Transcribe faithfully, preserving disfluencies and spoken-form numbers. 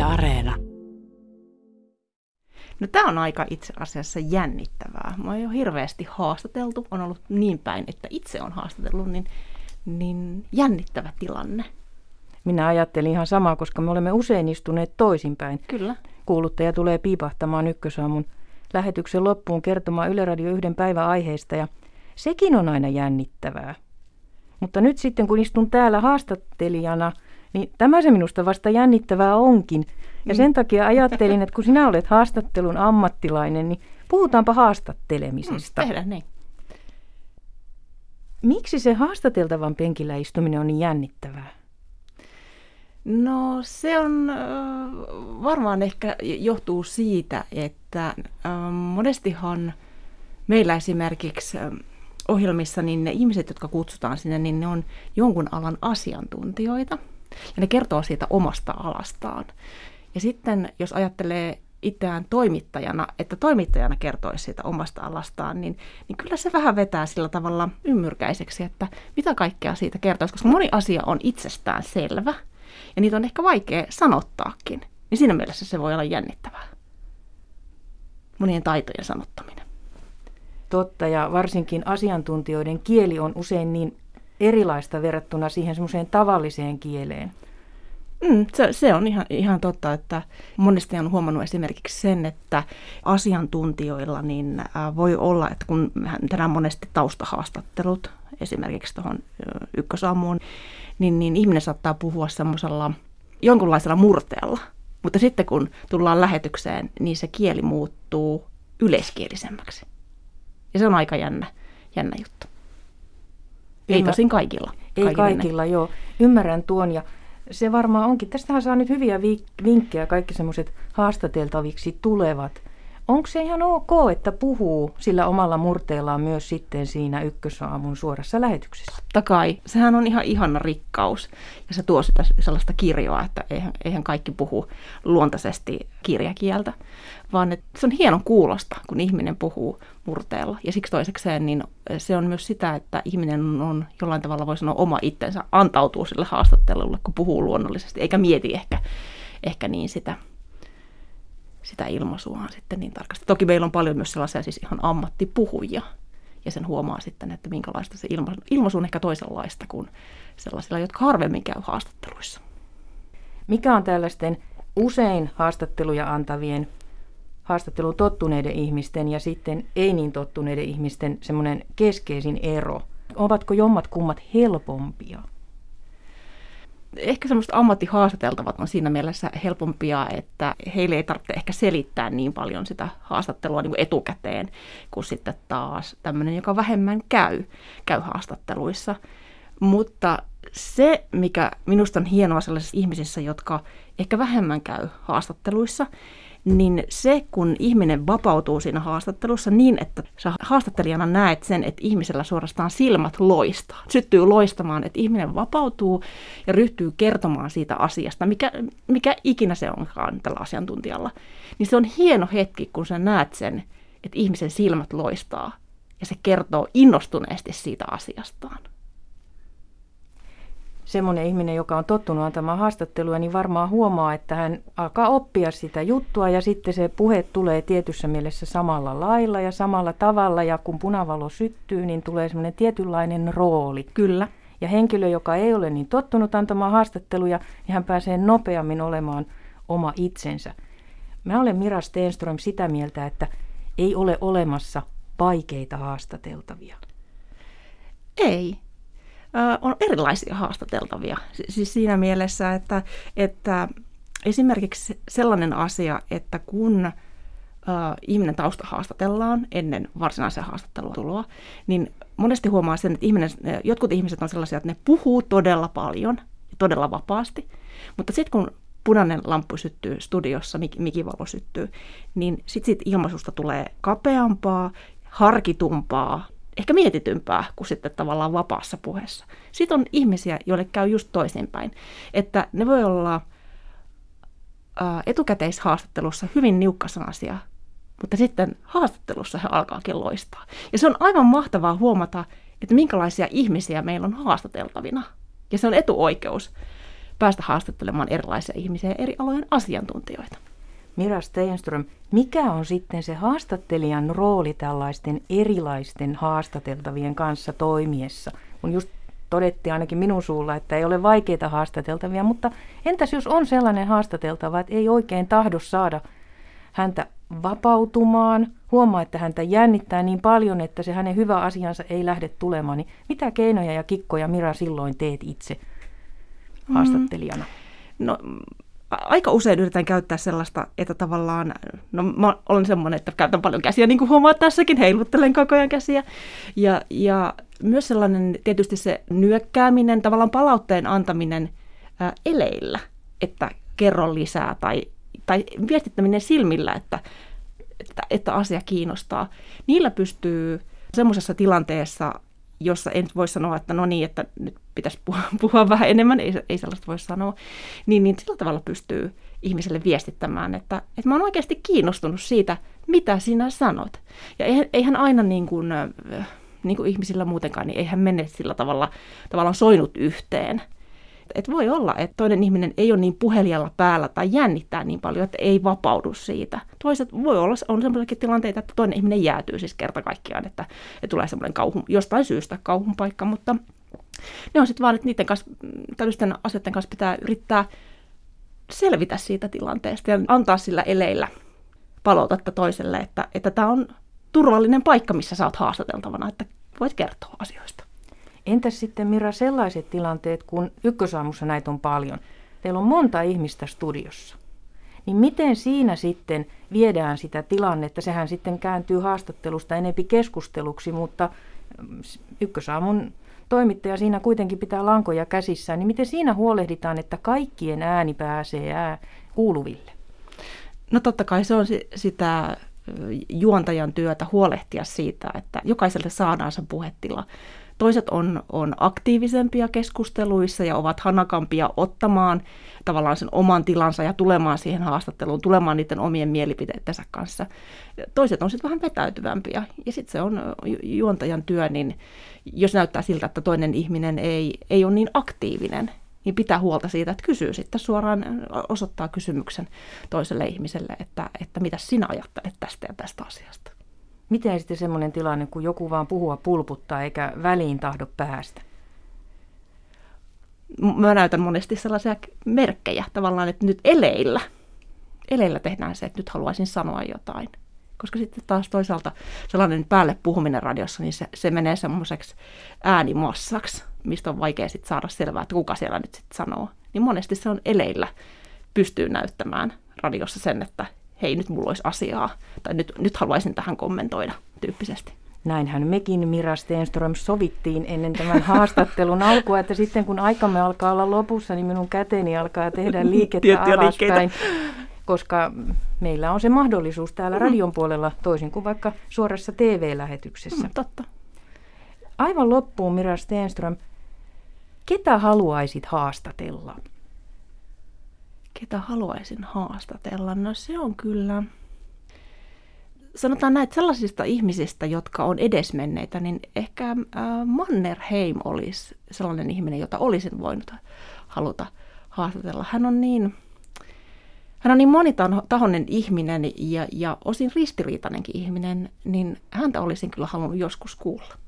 Areena. No tämä on aika itse asiassa jännittävää. Mä oon jo hirveästi haastateltu, on ollut niin päin, että itse on haastatellut, niin, niin jännittävä tilanne. Minä ajattelin ihan samaa, koska me olemme usein istuneet toisinpäin. Kyllä. Kuuluttaja tulee piipahtamaan Ykkösaamun lähetyksen loppuun kertomaan Yle Radio yhden päivän aiheista ja sekin on aina jännittävää. Mutta nyt sitten kun istun täällä haastattelijana, niin tämä se minusta vasta jännittävää onkin. Ja sen takia ajattelin, että kun sinä olet haastattelun ammattilainen, niin puhutaanpa haastattelemisesta. Mm, tehdään niin. Miksi se haastateltavan penkillä istuminen on niin jännittävää? No se on äh, varmaan ehkä johtuu siitä, että äh, monestihan meillä esimerkiksi äh, ohjelmissa niin ne ihmiset, jotka kutsutaan sinne, niin ne on jonkun alan asiantuntijoita ja ne kertoo siitä omasta alastaan. Ja sitten jos ajattelee itseään toimittajana, että toimittajana kertoisi siitä omasta alastaan, niin, niin kyllä se vähän vetää sillä tavalla ymmyrkäiseksi, että mitä kaikkea siitä kertoisi, koska moni asia on itsestään selvä ja niitä on ehkä vaikea sanottaakin. Niin siinä mielessä se voi olla jännittävää. Monien taitojen sanottaminen. Totta, ja varsinkin asiantuntijoiden kieli on usein niin erilaista verrattuna siihen semmoiseen tavalliseen kieleen. Mm, se, se on ihan, ihan totta, että monesti on huomannut esimerkiksi sen, että asiantuntijoilla niin äh, voi olla, että kun tänään monesti taustahaastattelut esimerkiksi tuohon Ykkösaamuun, niin, niin ihminen saattaa puhua semmoisella jonkunlaisella murteella. Mutta sitten kun tullaan lähetykseen, niin se kieli muuttuu yleiskielisemmäksi. Ja se on aika jännä, jännä juttu. Ei Ymmär... tosin kaikilla. Ei kaikilla, ne. Joo. Ymmärrän tuon ja se varmaan onkin. Tästähän saa nyt hyviä vinkkejä kaikki semmoiset haastateltaviksi tulevat. Onko se ihan ok, että puhuu sillä omalla murteellaan myös sitten siinä Ykkösaamun suorassa lähetyksessä? Totta kai. Sehän on ihan ihana rikkaus ja se tuo sitä sellaista kirjoa, että eihän, eihän kaikki puhu luontaisesti kirjakieltä, vaan että se on hienon kuulosta, kun ihminen puhuu murteella. Ja siksi toisekseen niin se on myös sitä, että ihminen on jollain tavalla, voi sanoa, oma itsensä, antautuu sille haastattelulle, kun puhuu luonnollisesti, eikä mieti ehkä, ehkä niin sitä. sitä ilmaisuaan sitten niin tarkasti. Toki meillä on paljon myös sellaisia siis ihan ammattipuhujia, ja sen huomaa sitten, että minkälaista se ilmaisu, ilmaisu on ehkä toisenlaista kuin sellaisilla, jotka harvemmin käy haastatteluissa. Mikä on tällaisten usein haastatteluja antavien, haastatteluun tottuneiden ihmisten ja sitten ei niin tottuneiden ihmisten semmoinen keskeisin ero? Ovatko jommat kummat helpompia? Ehkä semmoista ammattihaastateltavat on siinä mielessä helpompia, että heille ei tarvitse ehkä selittää niin paljon sitä haastattelua niin kuin etukäteen, kuin sitten taas tämmöinen, joka vähemmän käy, käy haastatteluissa. Mutta se, mikä minusta on hienoa sellaisissa ihmisissä, jotka ehkä vähemmän käy haastatteluissa, niin se, kun ihminen vapautuu siinä haastattelussa niin, että sä haastattelijana näet sen, että ihmisellä suorastaan silmät loistaa. Syttyy loistamaan, että ihminen vapautuu ja ryhtyy kertomaan siitä asiasta, mikä, mikä ikinä se onkaan tällä asiantuntijalla. Niin se on hieno hetki, kun sä näet sen, että ihmisen silmät loistaa ja se kertoo innostuneesti siitä asiastaan. Semmoinen ihminen, joka on tottunut antamaan haastattelua, niin varmaan huomaa, että hän alkaa oppia sitä juttua ja sitten se puhe tulee tietyssä mielessä samalla lailla ja samalla tavalla ja kun punavalo syttyy, niin tulee semmoinen tietynlainen rooli. Kyllä. Ja henkilö, joka ei ole niin tottunut antamaan haastatteluja, niin hän pääsee nopeammin olemaan oma itsensä. Mä olen Mira Stenström sitä mieltä, että ei ole olemassa vaikeita haastateltavia. Ei. On erilaisia haastateltavia. Siis siinä mielessä, että, että esimerkiksi sellainen asia, että kun äh, ihminen tausta haastatellaan ennen varsinaisen haastattelua tuloa, niin monesti huomaa sen, että ihminen, jotkut ihmiset on sellaisia, että ne puhuu todella paljon ja todella vapaasti, mutta sitten kun punainen lamppu syttyy studiossa, mik, mikivalo syttyy, niin sitten siitä ilmaisusta tulee kapeampaa, harkitumpaa, ehkä mietitympää kuin sitten tavallaan vapaassa puheessa. Sitten on ihmisiä, joille käy just toisinpäin, että ne voi olla ää, etukäteishaastattelussa hyvin niukkasanaisia, mutta sitten haastattelussa he alkaakin loistaa. Ja se on aivan mahtavaa huomata, että minkälaisia ihmisiä meillä on haastateltavina. Ja se on etuoikeus päästä haastattelemaan erilaisia ihmisiä ja eri alojen asiantuntijoita. Mira Stenström, mikä on sitten se haastattelijan rooli tällaisten erilaisten haastateltavien kanssa toimiessa? Kun just todettiin ainakin minun suulla, että ei ole vaikeita haastateltavia, mutta entäs jos on sellainen haastateltava, että ei oikein tahdo saada häntä vapautumaan, huomaa, että häntä jännittää niin paljon, että se hänen hyvä asiansa ei lähde tulemaan, niin mitä keinoja ja kikkoja Mira silloin teet itse haastattelijana? Mm, no aika usein yritän käyttää sellaista, että tavallaan, no mä olen semmoinen, että käytän paljon käsiä, niin kuin huomaat tässäkin, heiluttelen koko ajan käsiä. Ja, ja myös sellainen tietysti se nyökkääminen, tavallaan palautteen antaminen ää, eleillä, että kerro lisää tai, tai viestittäminen silmillä, että, että, että asia kiinnostaa. Niillä pystyy semmoisessa tilanteessa, jossa en voi sanoa, että no niin, että nyt pitäisi puhua, puhua vähän enemmän, ei, ei sellaista voi sanoa, niin, niin sillä tavalla pystyy ihmiselle viestittämään, että, että mä oon oikeasti kiinnostunut siitä, mitä sinä sanot. Ja eihän, eihän aina niin kuin, niin kuin ihmisillä muutenkaan, niin eihän mene sillä tavalla tavallaan soinut yhteen. Et voi olla, että toinen ihminen ei ole niin puhelijalla päällä tai jännittää niin paljon, että ei vapaudu siitä. Toiset voi olla, on sellaisiakin tilanteita, että toinen ihminen jäätyy siis kerta kaikkiaan, että, että tulee semmoinen kauhun, jostain syystä kauhun paikka, mutta ne on sitten vaan, että niiden kanssa, tällaisten asioiden kanssa pitää yrittää selvitä siitä tilanteesta ja antaa sillä eleillä palautetta toiselle, että, että tämä on turvallinen paikka, missä sä oot haastateltavana, että voit kertoa asioista. Entäs sitten Mira sellaiset tilanteet, kun Ykkösaamussa näitä on paljon? Teillä on monta ihmistä studiossa. Niin miten siinä sitten viedään sitä tilannetta? Sehän sitten kääntyy haastattelusta enempi keskusteluksi, mutta Ykkösaamun toimittaja siinä kuitenkin pitää lankoja käsissään. Niin miten siinä huolehditaan, että kaikkien ääni pääsee ää kuuluville? No totta kai se on sitä juontajan työtä huolehtia siitä, että jokaiselle saadaan sen puhetila. Toiset on, on aktiivisempia keskusteluissa ja ovat hanakampia ottamaan tavallaan sen oman tilansa ja tulemaan siihen haastatteluun, tulemaan niiden omien mielipiteittensä kanssa. Toiset on sitten vähän vetäytyvämpiä ja sitten se on juontajan työ, niin jos näyttää siltä, että toinen ihminen ei, ei ole niin aktiivinen, niin pitää huolta siitä, että kysyy sitten suoraan, osoittaa kysymyksen toiselle ihmiselle, että, että mitä sinä ajattelet tästä ja tästä asiasta. Miten sitten semmoinen tilanne, kun joku vaan puhua pulputtaa eikä väliin tahdo päästä? Mä näytän monesti sellaisia merkkejä tavallaan, että nyt eleillä, eleillä tehdään se, että nyt haluaisin sanoa jotain. Koska sitten taas toisaalta sellainen päälle puhuminen radiossa, niin se, se menee semmoiseksi äänimassaksi, mistä on vaikea sitten saada selvää, että kuka siellä nyt sitten sanoo. Niin monesti se on eleillä pystyy näyttämään radiossa sen, että hei, nyt mulla olisi asiaa, tai nyt, nyt haluaisin tähän kommentoida tyyppisesti. Näinhän mekin, Mira Stenström, sovittiin ennen tämän haastattelun alkua, että sitten kun aikamme alkaa olla lopussa, niin minun käteni alkaa tehdä liikettä alaspäin, koska meillä on se mahdollisuus täällä radion puolella, toisin kuin vaikka suorassa T V-lähetyksessä. Mm, totta. Aivan loppuun, Mira Stenström, ketä haluaisit haastatella? Ketä haluaisin haastatella? No se on kyllä, sanotaan näitä sellaisista ihmisistä, jotka on edesmenneitä, niin ehkä äh, Mannerheim olisi sellainen ihminen, jota olisin voinut haluta haastatella. Hän on niin, hän on niin monitahoinen ihminen ja, ja osin ristiriitainenkin ihminen, niin häntä olisin kyllä halunnut joskus kuulla.